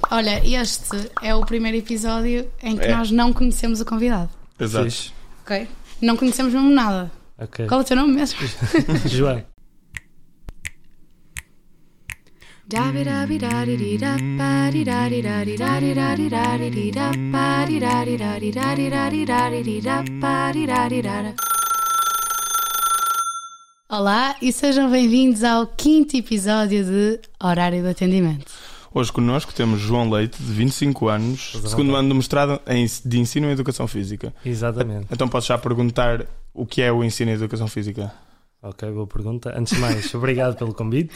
Olha, este é o primeiro episódio em que nós não conhecemos o convidado. Exato. Fixe. Ok? Não conhecemos mesmo nada. Ok. Qual é o teu nome mesmo? João. Olá e sejam bem-vindos ao 5º episódio de Horário de Atendimento. Hoje connosco temos João Leite, de 25 anos, segundo ano de mestrado de Ensino em Educação Física. Exatamente. Então posso já perguntar o que é o Ensino em Educação Física? Ok, boa pergunta. Antes de mais, obrigado pelo convite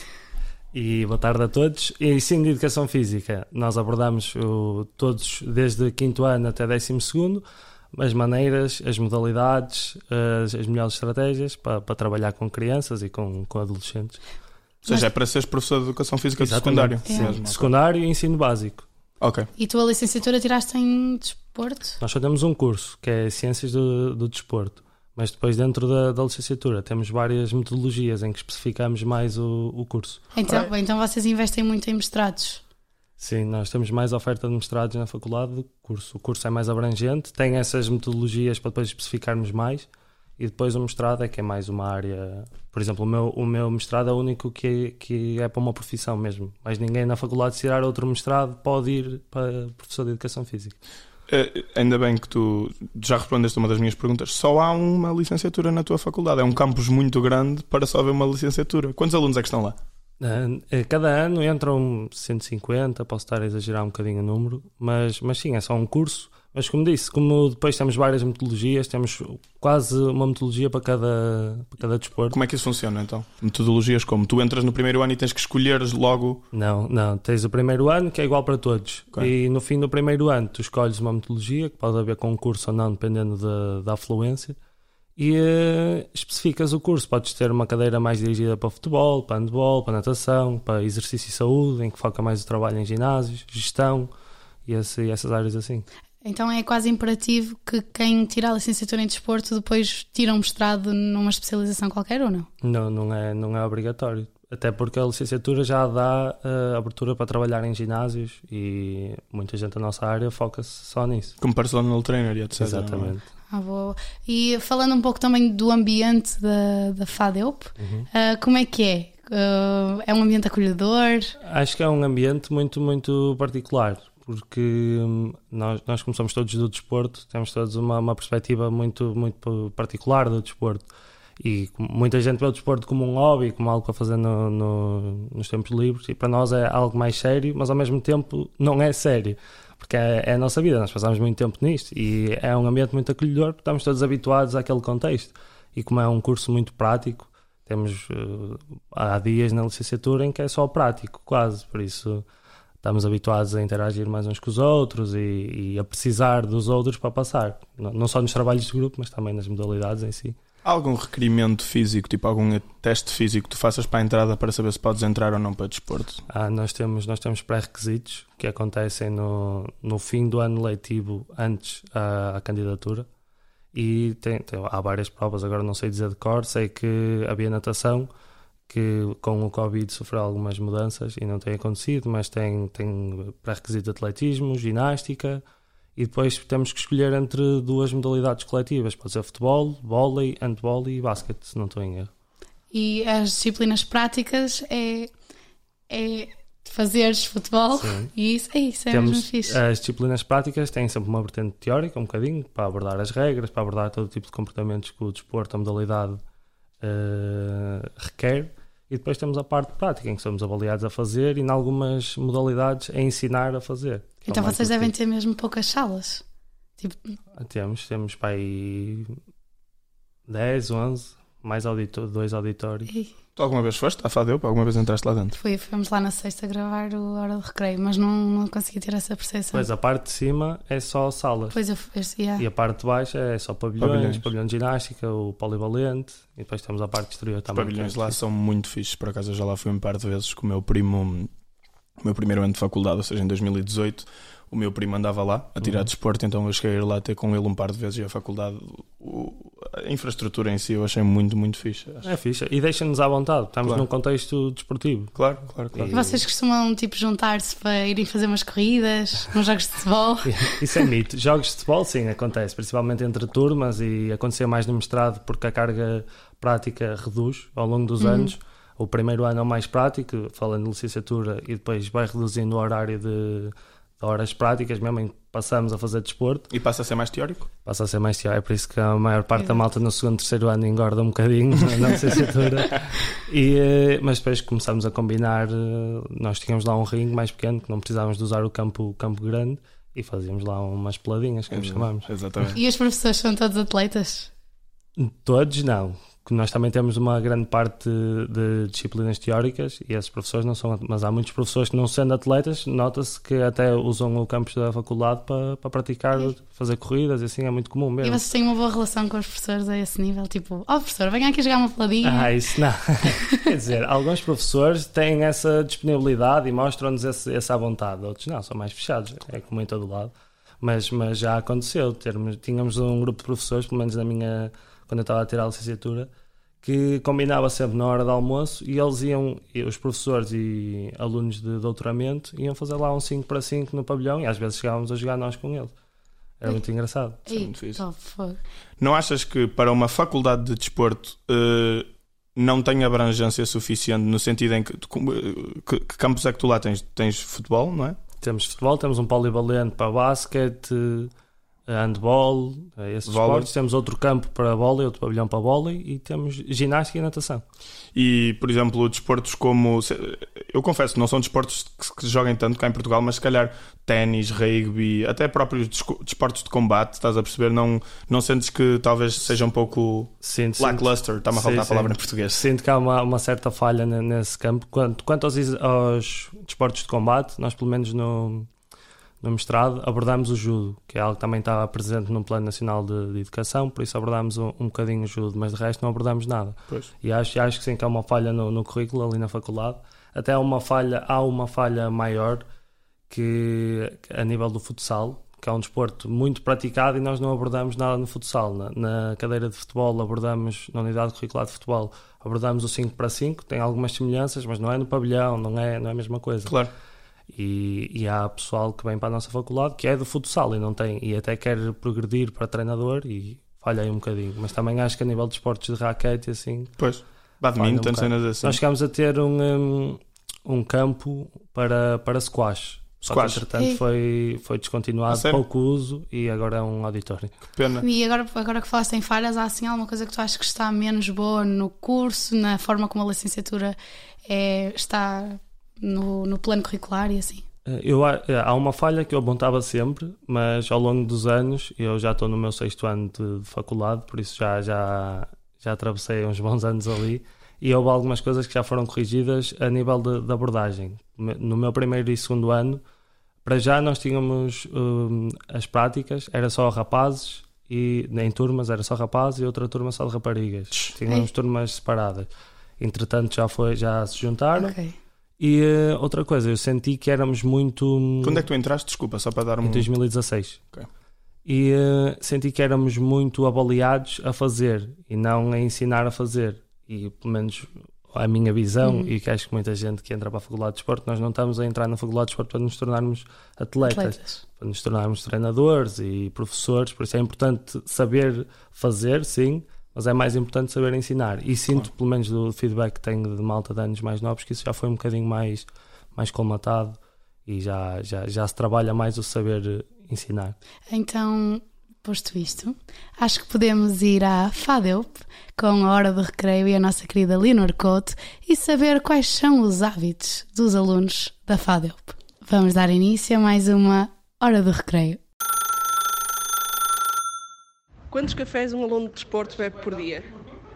e boa tarde a todos. Em Ensino de Educação Física, nós abordamos todos, desde 5º ano até 12º, as maneiras, as modalidades, as melhores estratégias para trabalhar com crianças e com adolescentes. Ou seja, é para seres professor de Educação Física de Exatamente. secundário? Sim, secundário e ensino básico. Ok. E tu a licenciatura tiraste em desporto? Nós só temos um curso, que é Ciências do Desporto. Mas depois, dentro da licenciatura, temos várias metodologias em que especificamos mais o curso. Então vocês investem muito em mestrados? Sim, nós temos mais oferta de mestrados na faculdade do que curso. O curso é mais abrangente, tem essas metodologias para depois especificarmos mais, e depois o mestrado é que é mais uma área. Por exemplo, o meu mestrado é o único que é para uma profissão mesmo. Mas ninguém na faculdade, se tirar outro mestrado, pode ir para professor de Educação Física. Ainda bem que tu já respondeste uma das minhas perguntas. Só há uma licenciatura na tua faculdade. É um campus muito grande para só haver uma licenciatura. Quantos alunos é que estão lá? Cada ano entram 150, posso estar a exagerar um bocadinho o número, mas sim, é só um curso. Mas como disse, como depois temos várias metodologias, temos quase uma metodologia para cada desporto. Como é que isso funciona então? Metodologias como? Tu entras no primeiro ano e tens que escolher logo? Não, tens o primeiro ano que é igual para todos. Okay. E no fim do primeiro ano tu escolhes uma metodologia, que pode haver concurso ou não, dependendo da afluência, e especificas o curso. Podes ter uma cadeira mais dirigida para futebol, para handball, para natação, para exercício e saúde, em que foca mais o trabalho em ginásios, gestão e essas áreas assim. Então é quase imperativo que quem tira a licenciatura em desporto depois tira um mestrado numa especialização qualquer ou não? Não é obrigatório. Até porque a licenciatura já dá abertura para trabalhar em ginásios e muita gente da nossa área foca-se só nisso. Como personal trainer e etc. Exatamente. Boa. E falando um pouco também do ambiente da FADEUP, como é que é? É um ambiente acolhedor? Acho que é um ambiente muito, muito particular. Porque nós como somos todos do desporto, temos todos uma perspectiva muito, muito particular do desporto. E muita gente vê o desporto como um hobby, como algo para fazer nos tempos livres, e para nós é algo mais sério, mas ao mesmo tempo não é sério, porque é a nossa vida, nós passamos muito tempo nisto, e é um ambiente muito acolhedor, porque estamos todos habituados àquele contexto. E como é um curso muito prático, temos há dias na licenciatura em que é só prático, quase, por isso estamos habituados a interagir mais uns com os outros e a precisar dos outros para passar. Não só nos trabalhos de grupo, mas também nas modalidades em si. Há algum requerimento físico, tipo algum teste físico que tu faças para a entrada para saber se podes entrar ou não para desporto? Nós temos pré-requisitos que acontecem no fim do ano letivo, antes à candidatura. E há várias provas, agora não sei dizer de cor, sei que havia natação, que com o Covid sofreu algumas mudanças e não tem acontecido, mas tem pré-requisito de atletismo, ginástica, e depois temos que escolher entre duas modalidades coletivas, pode ser futebol, vôlei, handball e basquete, se não estou em erro. E as disciplinas práticas é fazeres futebol. Sim. E isso é mesmo fixe. As disciplinas práticas têm sempre uma vertente teórica, um bocadinho, para abordar as regras, para abordar todo tipo de comportamentos que o desporto, a modalidade requer. E depois temos a parte prática, em que somos avaliados a fazer e, em algumas modalidades, a ensinar a fazer. Então vocês devem ter mesmo poucas salas? Tipo... Temos para aí 10, 11, mais 2 auditórios. Tu alguma vez foste à FADEUP? Alguma vez entraste lá dentro? Fomos lá na sexta gravar o Hora de Recreio, mas não consegui ter essa percepção. Pois, a parte de cima é só salas. Pois E a parte de baixo é só pavilhões, pavilhão de ginástica, o polivalente, e depois temos a parte exterior também. Os pavilhões lá são muito fixes, por acaso eu já lá fui um par de vezes com o meu primo, o meu primeiro ano de faculdade, ou seja, em 2018, o meu primo andava lá a tirar desporto, então eu cheguei a ir lá ter com ele um par de vezes e a faculdade, a infraestrutura em si eu achei muito, muito fixe. Acho. É fixe. E deixa-nos à vontade. Estamos Claro. num contexto desportivo. Claro. E vocês costumam tipo juntar-se para irem fazer umas corridas, uns jogos de futebol? Isso é mito. Jogos de futebol, sim, acontece, principalmente entre turmas, e acontecia mais no mestrado porque a carga prática reduz ao longo dos anos. O primeiro ano é o mais prático, falando de licenciatura, e depois vai reduzindo o horário de horas práticas, mesmo em que passamos a fazer desporto. E passa a ser mais teórico? Passa a ser mais teórico, é por isso que a maior parte da malta no segundo, terceiro ano engorda um bocadinho na licenciatura. Mas depois começamos a combinar, nós tínhamos lá um ringue mais pequeno, que não precisávamos de usar o campo grande, e fazíamos lá umas peladinhas, como chamamos. Exatamente. E os professores são todos atletas? Todos não. Nós também temos uma grande parte de disciplinas teóricas e esses professores não são, mas há muitos professores que, não sendo atletas, nota-se que até usam o campus da faculdade para praticar, fazer corridas, e assim é muito comum mesmo. E vocês têm uma boa relação com os professores a esse nível? Tipo, professor, venha aqui jogar uma peladinha. Isso não. Quer dizer, alguns professores têm essa disponibilidade e mostram-nos essa vontade, outros não, são mais fechados, é como em todo lado. Mas já aconteceu, tínhamos um grupo de professores, pelo menos quando eu estava a tirar a licenciatura, que combinava sempre na hora do almoço, e eles os professores e alunos de doutoramento iam fazer lá um 5x5 no pavilhão, e às vezes chegávamos a jogar nós com eles. Era muito engraçado. Isso é muito fixe. Fogo. Não achas que para uma faculdade de desporto não tem abrangência suficiente, no sentido em que campos é que tu lá tens? Tens futebol, não é? Temos futebol, temos um polivalente para basquete, handball, esses esportes. Temos outro campo para vôlei, outro pavilhão para vôlei, e temos ginástica e natação. E, por exemplo, desportos como... Eu confesso, não são desportos que se joguem tanto cá em Portugal, mas se calhar ténis, rugby, até próprios desportos de combate, estás a perceber? Não sentes que talvez seja um pouco lackluster? Está-me a faltar a palavra em português. Sinto que há uma certa falha nesse campo. Quanto aos desportos de combate, nós pelo menos no mestrado abordámos o judo, que é algo que também estava presente no Plano Nacional de Educação, por isso abordámos um bocadinho o judo, mas de resto não abordámos nada. Pois. E acho que sim, que há uma falha no currículo ali na faculdade. Até há uma falha maior que a nível do futsal, que é um desporto muito praticado, e nós não abordamos nada no futsal. Na cadeira de futebol abordamos, na unidade curricular de futebol, abordamos o 5x5, tem algumas semelhanças, mas não é no pavilhão, não é a mesma coisa. Claro. E há pessoal que vem para a nossa faculdade que é do futsal e até quer progredir para treinador, e falha aí um bocadinho. Mas também acho que a nível de esportes de raquete, assim... Pois, badminton, cenas assim. Nós chegámos a ter um campo para squash. Só que, entretanto, foi descontinuado, pouco uso, e agora é um auditório. Que pena. E agora que falaste em falhas, há assim alguma coisa que tu achas que está menos boa no curso, na forma como a licenciatura está... No plano curricular e assim? Há uma falha que eu apontava sempre, mas ao longo dos anos, eu já estou no meu 6º ano de faculdade, por isso já atravessei uns bons anos ali, e houve algumas coisas que já foram corrigidas a nível de abordagem. No meu 1º e 2º ano, para já nós tínhamos as práticas, era só rapazes, e em turmas era só rapazes e outra turma só de raparigas. Tínhamos turmas separadas. Entretanto já se juntaram. Okay. E outra coisa, eu senti que éramos muito... Quando é que tu entraste? Desculpa, só para dar Em 2016. Okay. E senti que éramos muito avaliados a fazer e não a ensinar a fazer. E pelo menos a minha visão, e que acho que muita gente que entra para a Faculdade de Desporto, nós não estamos a entrar na Faculdade de Desporto para nos tornarmos atletas. Para nos tornarmos treinadores e professores. Por isso é importante saber fazer, sim, mas é mais importante saber ensinar. E sinto, pelo menos do feedback que tenho de malta de anos mais novos, que isso já foi um bocadinho mais colmatado, e já se trabalha mais o saber ensinar. Então, posto isto, acho que podemos ir à FADEUP com a Hora do Recreio e a nossa querida Leonor Couto e saber quais são os hábitos dos alunos da FADEUP. Vamos dar início a mais uma Hora do Recreio. Quantos cafés um aluno de desporto bebe por dia?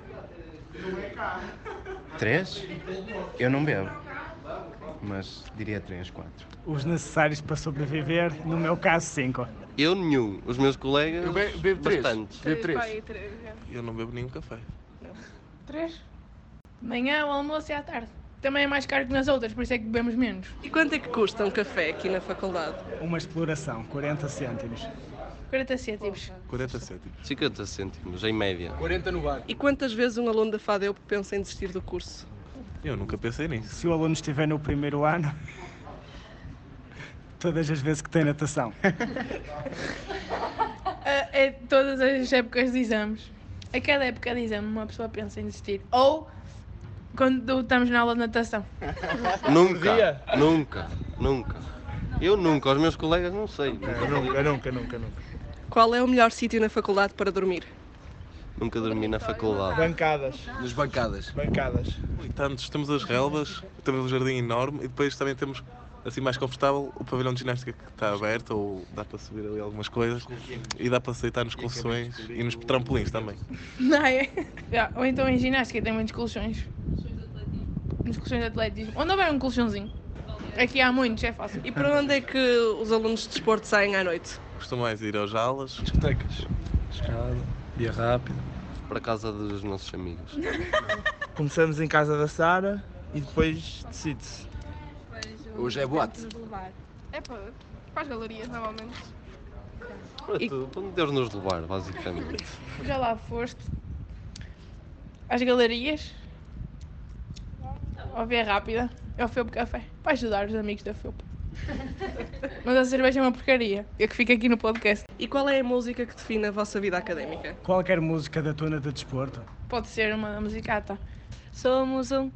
3? Eu não bebo, mas diria 3, 4. Os necessários para sobreviver, no meu caso 5. Eu nenhum, os meus colegas eu bebo bastantes. Bebo 3. Eu não bebo nenhum café. 3? De manhã, ao almoço e à tarde. Também é mais caro que nas outras, por isso é que bebemos menos. E quanto é que custa um café aqui na faculdade? Uma exploração, 40 cêntimos. 40 cêntimos. 40 cêntimos. 50 cêntimos, em média. 40 no bar. E quantas vezes um aluno da FADEUP pensa em desistir do curso? Eu nunca pensei nisso. Se o aluno estiver no primeiro ano, todas as vezes que tem natação. É todas as épocas de exames. A cada época de exame uma pessoa pensa em desistir. Ou quando estamos na aula de natação. Nunca. Eu nunca, os meus colegas não sei. Nunca. Qual é o melhor sítio na faculdade para dormir? Nunca dormi na faculdade. Bancadas. Nas bancadas. E tantos, temos as relvas, temos um jardim enorme e depois também temos, assim mais confortável, o pavilhão de ginástica que está aberto, ou dá para subir ali algumas coisas e dá para se deitar nos colchões e nos trampolins também. Não é? Ou então em ginástica tem muitos colchões. Nos colchões de atletismo. Onde houver um colchãozinho. Aqui há muitos, é fácil. E para onde é que os alunos de desporto saem à noite? Costumo mais ir aos aulas, Discotecas. Escada, via rápida. Para casa dos nossos amigos. Começamos em casa da Sara e depois decide-se. Hoje é boate. É para as galerias, normalmente. Para tudo, para onde Deus nos levar, basicamente. Já lá foste? Às galerias? Ao Via Rápida? Ao Felpo Café? Para ajudar os amigos da Felpo. Mas a cerveja é uma porcaria. Eu que fico aqui no podcast. E qual é a música que define a vossa vida académica? Qualquer música da tona de desporto. Pode ser uma musicata. Somos um,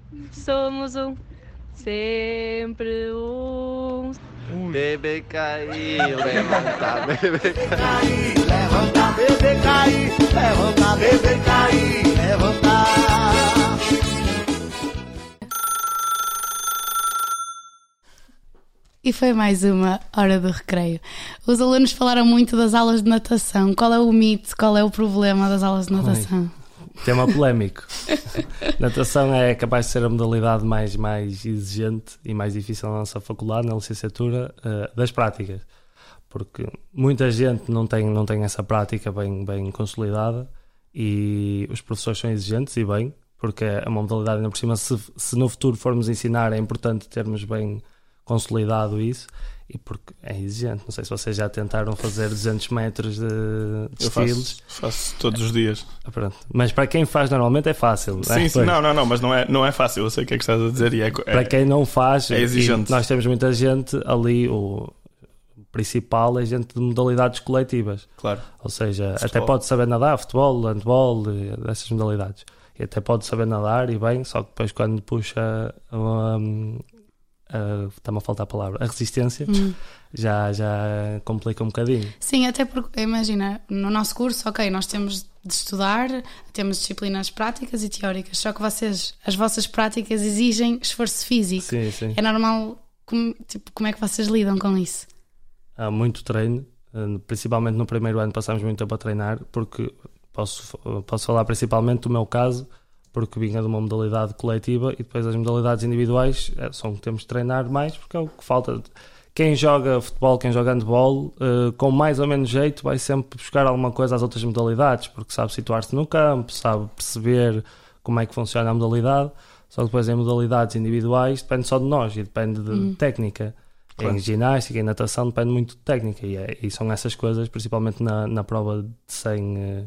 sempre um. Bebê cair, levanta, bebê cair. Levanta, bebê cair. Levanta, bebê cair. Levanta. E foi mais uma hora do recreio. Os alunos falaram muito das aulas de natação. Qual é o mito, qual é o problema das aulas de natação? Tema polémico. Natação é capaz de ser a modalidade mais exigente e mais difícil na nossa faculdade, na licenciatura, das práticas. Porque muita gente não tem essa prática bem consolidada e os professores são exigentes e bem, porque é uma modalidade, ainda por cima, se no futuro formos ensinar, é importante termos bem consolidado isso, e porque é exigente. Não sei se vocês já tentaram fazer 200 metros de estilos. Faço todos os dias. Pronto. Mas para quem faz normalmente é fácil. Sim, não, mas não é fácil. Eu sei o que é que estás a dizer. Para quem não faz, é exigente. Nós temos muita gente ali, o principal é gente de modalidades coletivas. Claro. Ou seja, futebol. até pode saber nadar, futebol, handball, dessas modalidades. E até pode saber nadar e bem, só que depois quando puxa está-me a faltar a palavra, a resistência, já complica um bocadinho. Sim, até porque, imagina, no nosso curso, ok, nós temos de estudar, temos disciplinas práticas e teóricas, só que as vossas práticas exigem esforço físico. Sim. É normal, como é que vocês lidam com isso? Há muito treino, principalmente no primeiro ano passamos muito tempo a treinar, porque posso falar principalmente do meu caso, porque vinha de uma modalidade coletiva e depois as modalidades individuais são que temos de treinar mais, porque é o que falta. Quem joga futebol, quem joga handball, com mais ou menos jeito vai sempre buscar alguma coisa às outras modalidades, porque sabe situar-se no campo, sabe perceber como é que funciona a modalidade, só que depois em modalidades individuais depende só de nós e depende de técnica. Claro. Em ginástica, em natação depende muito de técnica e são essas coisas, principalmente na prova de 100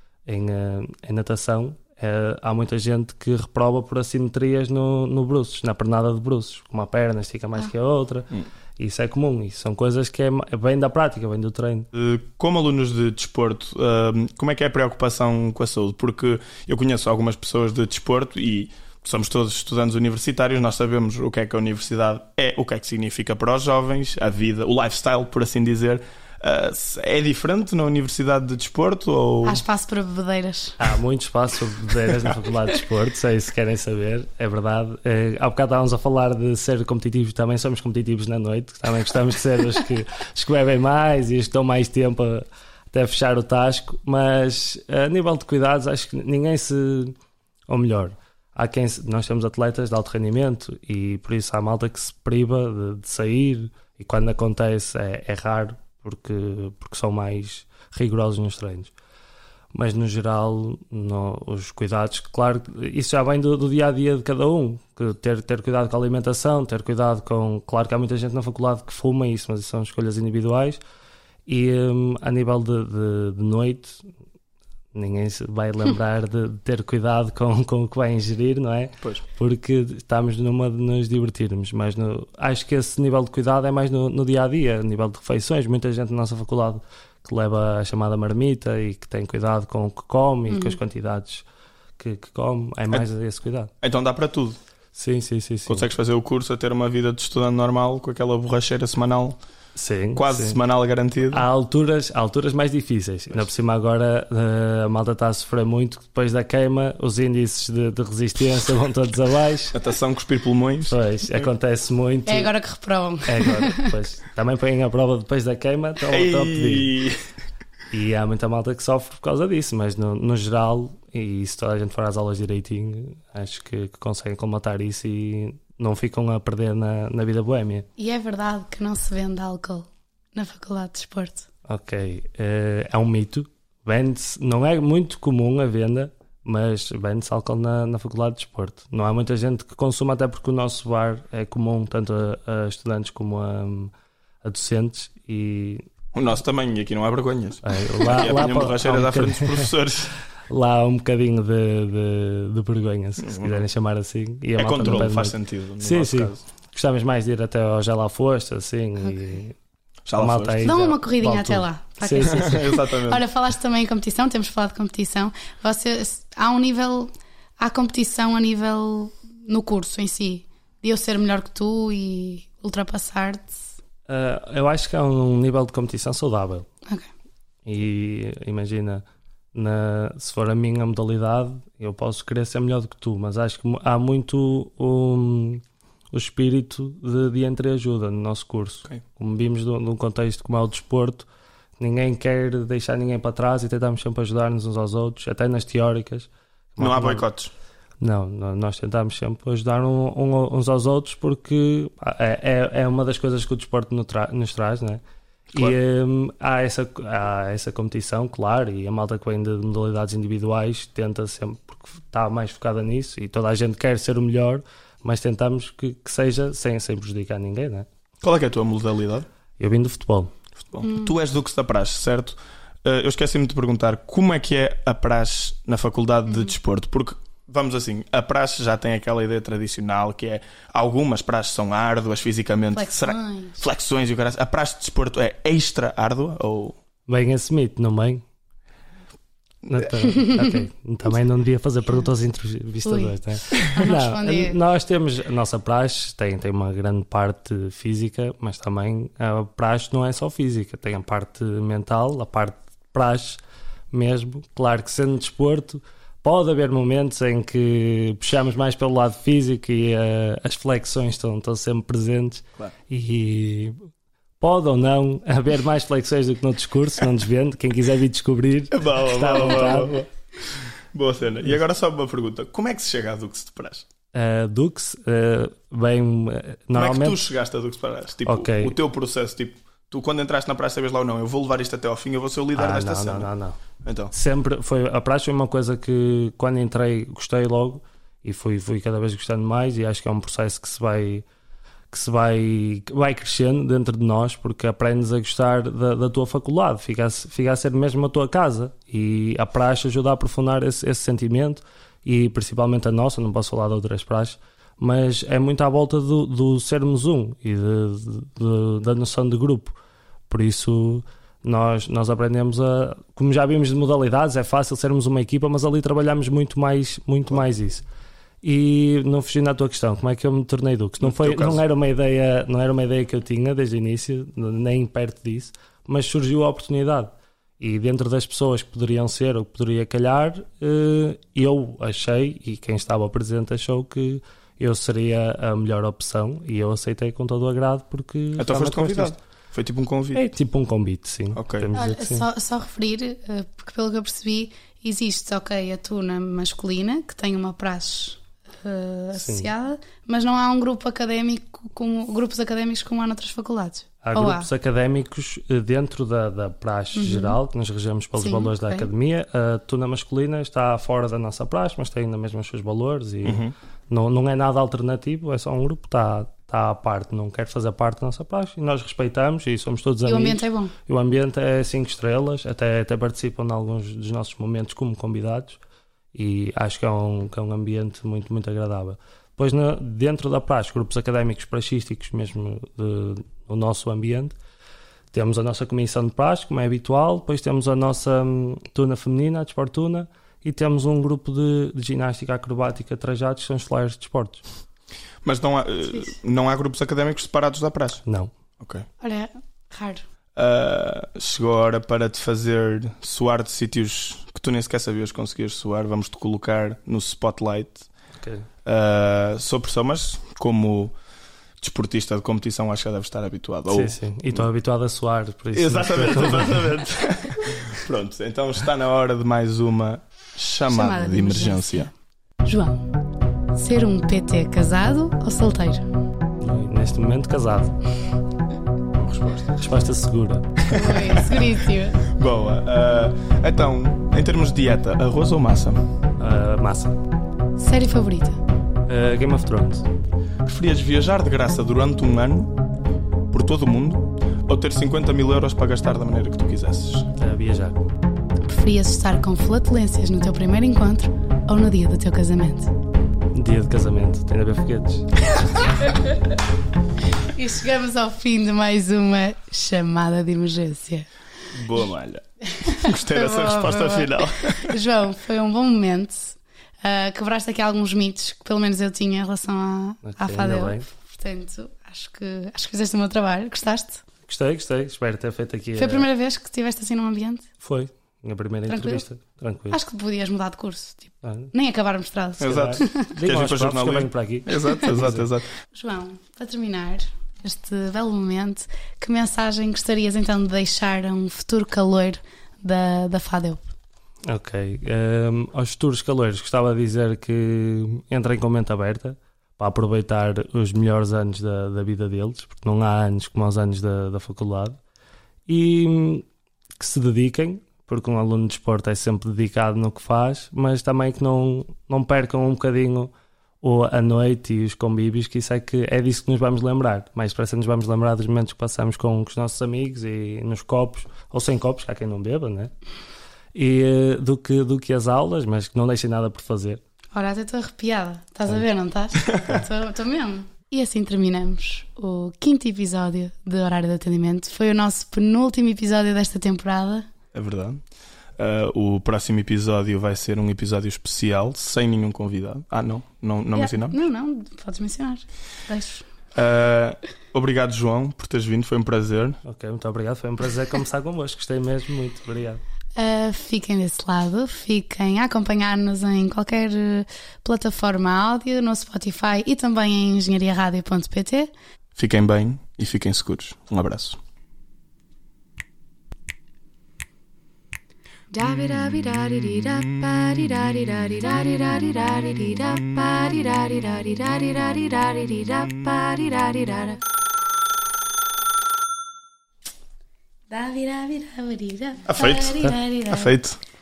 em natação. Há muita gente que reprova por assimetrias no bruços, na pernada de bruços. Uma perna estica mais que a outra. Isso é comum. E são coisas que vem da prática, vem do treino. Como alunos de desporto, como é que é a preocupação com a saúde? Porque eu conheço algumas pessoas de desporto e somos todos estudantes universitários, nós sabemos o que é que a universidade é, o que é que significa para os jovens, a vida, o lifestyle, por assim dizer. É diferente na Universidade de Desporto? Ou... Há espaço para bebedeiras? Há muito espaço para bebedeiras na Faculdade de Desporto, se é isso que querem saber, é verdade. Há bocado estávamos a falar de ser competitivos, também somos competitivos na noite, também gostamos de ser os que bebem mais e os que dão mais tempo até fechar o tasco, mas a nível de cuidados acho que ninguém ou melhor, nós temos atletas de alto rendimento e por isso há malta que se priva de sair e quando acontece é raro, porque são mais rigorosos nos treinos. Mas no geral, os cuidados, claro, isso já vem do dia-a-dia de cada um, que ter cuidado com a alimentação, ter cuidado com... Claro que há muita gente na faculdade que fuma isso, mas isso são escolhas individuais, E a nível de noite, ninguém se vai lembrar de ter cuidado com o que vai ingerir, não é? Pois. Porque estamos numa de nos divertirmos, mas acho que esse nível de cuidado é mais no dia-a-dia, a nível de refeições. Muita gente na nossa faculdade que leva a chamada marmita e que tem cuidado com o que come e com as quantidades que come, é mais esse cuidado. Então dá para tudo. Sim. Consegues fazer o curso a ter uma vida de estudante normal com aquela borracheira semanal, sim, quase semanal garantida. Há alturas mais difíceis. Ainda por cima agora a malta está a sofrer muito. Depois da queima, os índices de resistência vão todos abaixo. Natação, cuspir pulmões. Pois, acontece muito. É agora que reprovam. É agora, pois. Também põem a prova depois da queima, estão a pedir. E há muita malta que sofre por causa disso, mas no geral, e se toda a gente for às aulas direitinho, acho que conseguem colmatar isso e não ficam a perder na vida boémia. E é verdade que não se vende álcool na Faculdade de Desporto? Ok, é um mito. Vende-se, não é muito comum a venda, mas vende-se álcool na Faculdade de Desporto. Não há muita gente que consuma, até porque o nosso bar é comum tanto a estudantes como a docentes e... O nosso também, e aqui não há vergonhas. Lá apanham borracheiras à frente dos professores. Lá há um bocadinho de vergonha, se quiserem chamar assim. E é controle, faz sentido. Sim. Caso. Gostávamos mais de ir até ao Já Lá Foste, assim. Okay. Já lá foste. Dão uma corridinha até lá. Sim. Exatamente. Ora, falaste também em competição, temos falado de competição. Há competição a nível no curso em si, de eu ser melhor que tu e ultrapassar-te? Eu acho que há um nível de competição saudável. Ok. E imagina, se for a minha modalidade, eu posso querer ser melhor do que tu, mas acho que há muito o espírito de entreajuda no nosso curso. Okay. Como vimos num contexto como é o desporto, ninguém quer deixar ninguém para trás e tentamos sempre ajudar-nos uns aos outros, até nas teóricas. Não há boicotes? Não, nós tentamos sempre ajudar uns aos outros porque é uma das coisas que o desporto nos traz, não é? Claro. E há essa competição, claro, e a malta que vem de modalidades individuais tenta sempre, porque está mais focada nisso e toda a gente quer ser o melhor, mas tentamos que seja sem prejudicar ninguém, não é? Qual é que é a tua modalidade? Eu vim do futebol. Tu és Dux da Praxe, certo? Eu esqueci-me de perguntar como é que é a praxe na Faculdade de Desporto, porque vamos assim, a praxe já tem aquela ideia tradicional que é, algumas praxes são árduas fisicamente, flexões e o caralho. A praxe de desporto é extra árdua ou... Bem esse mito, não bem? Okay. Também não devia fazer perguntas aos entrevistadores, não, nós temos a nossa praxe, tem uma grande parte física, mas também a praxe não é só física, tem a parte mental, a parte praxe mesmo. Claro que sendo desporto pode haver momentos em que puxamos mais pelo lado físico e as flexões estão sempre presentes, claro. E pode ou não haver mais flexões do que no discurso, não desvendo. Quem quiser vir descobrir, está à vontade. Boa cena. E agora só uma pergunta: como é que se chega a Dux de Praxe? Dux, bem, normalmente... Como é que tu chegaste a Dux de Praxe? Tipo, okay. O teu processo, tipo, tu quando entraste na praxe sabes lá ou não, eu vou levar isto até ao fim, eu vou ser o líder desta cena. Não. Então. Sempre foi, a praxe foi uma coisa que quando entrei gostei logo e fui cada vez gostando mais, e acho que é um processo que se vai crescendo dentro de nós, porque aprendes a gostar da tua faculdade, fica a ser mesmo a tua casa, e a praxe ajuda a aprofundar esse sentimento, e principalmente a nossa, não posso falar de outras praxes, mas é muito à volta do sermos um e da noção de grupo. Por isso nós aprendemos como já vimos de modalidades, é fácil sermos uma equipa, mas ali trabalhamos muito mais isso. E não fugindo à tua questão, como é que eu me tornei Dux? Não era uma ideia que eu tinha desde o início, nem perto disso, mas surgiu a oportunidade. E dentro das pessoas que poderiam ser ou que poderia calhar, eu achei, e quem estava presente achou, que eu seria a melhor opção, e eu aceitei com todo o agrado, porque... Então foste convidado? Foi tipo um convite? É tipo um convite, sim. Okay. Olha, só referir, porque pelo que eu percebi, existe, a tuna masculina, que tem uma praxe associada, mas não há um grupo académico, grupos académicos como há noutras faculdades. Há grupos académicos dentro da praxe geral, que nós regemos pelos valores da academia. A tuna masculina está fora da nossa praxe, mas tem ainda mesmo os seus valores e não é nada alternativo, é só um grupo, está está à parte, não quer fazer parte da nossa praxe, e nós respeitamos e somos todos E amigos. o ambiente é bom. E o ambiente é 5 estrelas, até participam de alguns dos nossos momentos como convidados, e acho que é um ambiente muito, muito agradável. Depois, dentro da praxe, grupos académicos praxísticos mesmo do nosso ambiente, temos a nossa comissão de praxe, como é habitual, depois temos a nossa tuna feminina, a Desportuna, e temos um grupo de ginástica acrobática trajados, que são os flyers de desportos. Mas não há grupos académicos separados da praxe? Não. Ok. Olha, raro. Chegou a hora para te fazer suar de sítios que tu nem sequer sabias que conseguias suar. Vamos-te colocar no spotlight. Okay. Sou pressão, mas como desportista de competição acho que já deve estar habituado. Sim. E estou habituado a suar, por isso. Exatamente. Pronto, então está na hora de mais uma chamada de emergência. João, ser um PT casado ou solteiro? Neste momento, casado. Boa resposta. Resposta segura. Oi, seguríssima. Boa. Então, em termos de dieta, arroz ou massa? Massa. Série favorita? Game of Thrones. Preferias viajar de graça durante um ano por todo o mundo ou ter 50 mil euros para gastar da maneira que tu quisesses? Viajar. Preferias estar com flatulências no teu primeiro encontro ou no dia do teu casamento? Dia de casamento, tem de haver foguetes. E chegamos ao fim de mais uma chamada de emergência. Boa malha. Gostei dessa resposta final. João, foi um bom momento. Quebraste aqui alguns mitos que pelo menos eu tinha em relação à FADEUP. Portanto, acho que fizeste o meu trabalho. Gostaste? Gostei. Espero ter feito aqui. Foi a primeira vez que estiveste assim num ambiente? Foi. Minha primeira entrevista. Tranquilo. Acho que podias mudar de curso. Tipo, nem acabar mestrado. Exato. Digam aos profs que eu venho para aqui. Exato. João, para terminar este belo momento, que mensagem gostarias então de deixar a um futuro caloiro da FADEUP? Ok. Aos futuros caloiros gostava de dizer que entrem com mente aberta para aproveitar os melhores anos da vida deles, porque não há anos como os anos da faculdade, e que se dediquem, porque um aluno de desporto é sempre dedicado no que faz, mas também que não percam um bocadinho a noite e os convívios, que isso é disso que nos vamos lembrar. Mais depressa nos vamos lembrar dos momentos que passamos com os nossos amigos e nos copos, ou sem copos, que há quem não beba, né? E do que as aulas, mas que não deixem nada por fazer. Ora, até estou arrepiada. Estás a ver, não estás? Estou mesmo. E assim terminamos o 5º episódio de Horário de Atendimento. Foi o nosso penúltimo episódio desta temporada. É verdade. O próximo episódio vai ser um episódio especial, sem nenhum convidado. Não mencionamos? Não, podes mencionar. Deixo. Obrigado, João, por teres vindo, foi um prazer. Ok, muito obrigado, foi um prazer conversar convosco, gostei mesmo muito, obrigado. Fiquem desse lado, fiquem a acompanhar-nos em qualquer plataforma áudio, no Spotify e também em engenhariaradio.pt. Fiquem bem e fiquem seguros. Um abraço. Afeito.